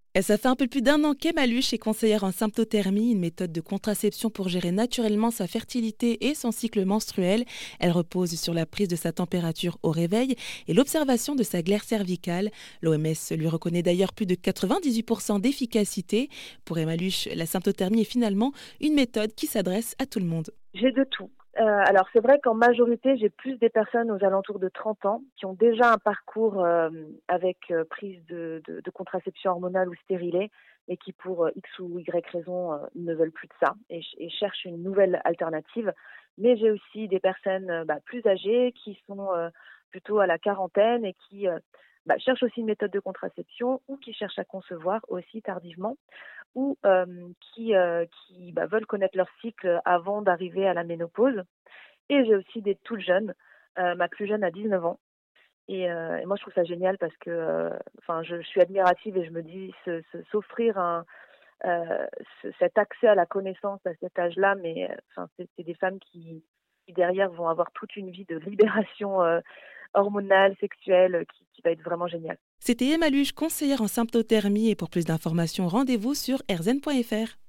Et ça fait un peu plus d'un an qu'Emaluche est conseillère en symptothermie, une méthode de contraception pour gérer naturellement sa fertilité et son cycle menstruel. Elle repose sur la prise de sa température au réveil et l'observation de sa glaire cervicale. L'OMS lui reconnaît d'ailleurs plus de 98% d'efficacité. Pour Emaluche, la symptothermie est finalement une méthode qui s'adresse à tout le monde. J'ai de tout. Alors c'est vrai qu'en majorité, j'ai plus des personnes aux alentours de 30 ans qui ont déjà un parcours avec prise de contraception hormonale ou stérilée et qui pour X ou Y raison ne veulent plus de ça et cherchent une nouvelle alternative. Mais j'ai aussi des personnes plus âgées qui sont plutôt à la quarantaine et qui cherchent aussi une méthode de contraception ou qui cherchent à concevoir aussi tardivement ou qui veulent connaître leur cycle avant d'arriver à la ménopause. Et j'ai aussi des toutes jeunes. Ma plus jeune a 19 ans. Et moi, je trouve ça génial parce que je suis admirative et je me dis s'offrir cet accès à la connaissance à cet âge-là, mais c'est des femmes qui derrière vont avoir toute une vie de libération hormonale, sexuelle, qui va être vraiment géniale. C'était Emaluche, conseillère en symptothermie, et pour plus d'informations, rendez-vous sur rzn.fr.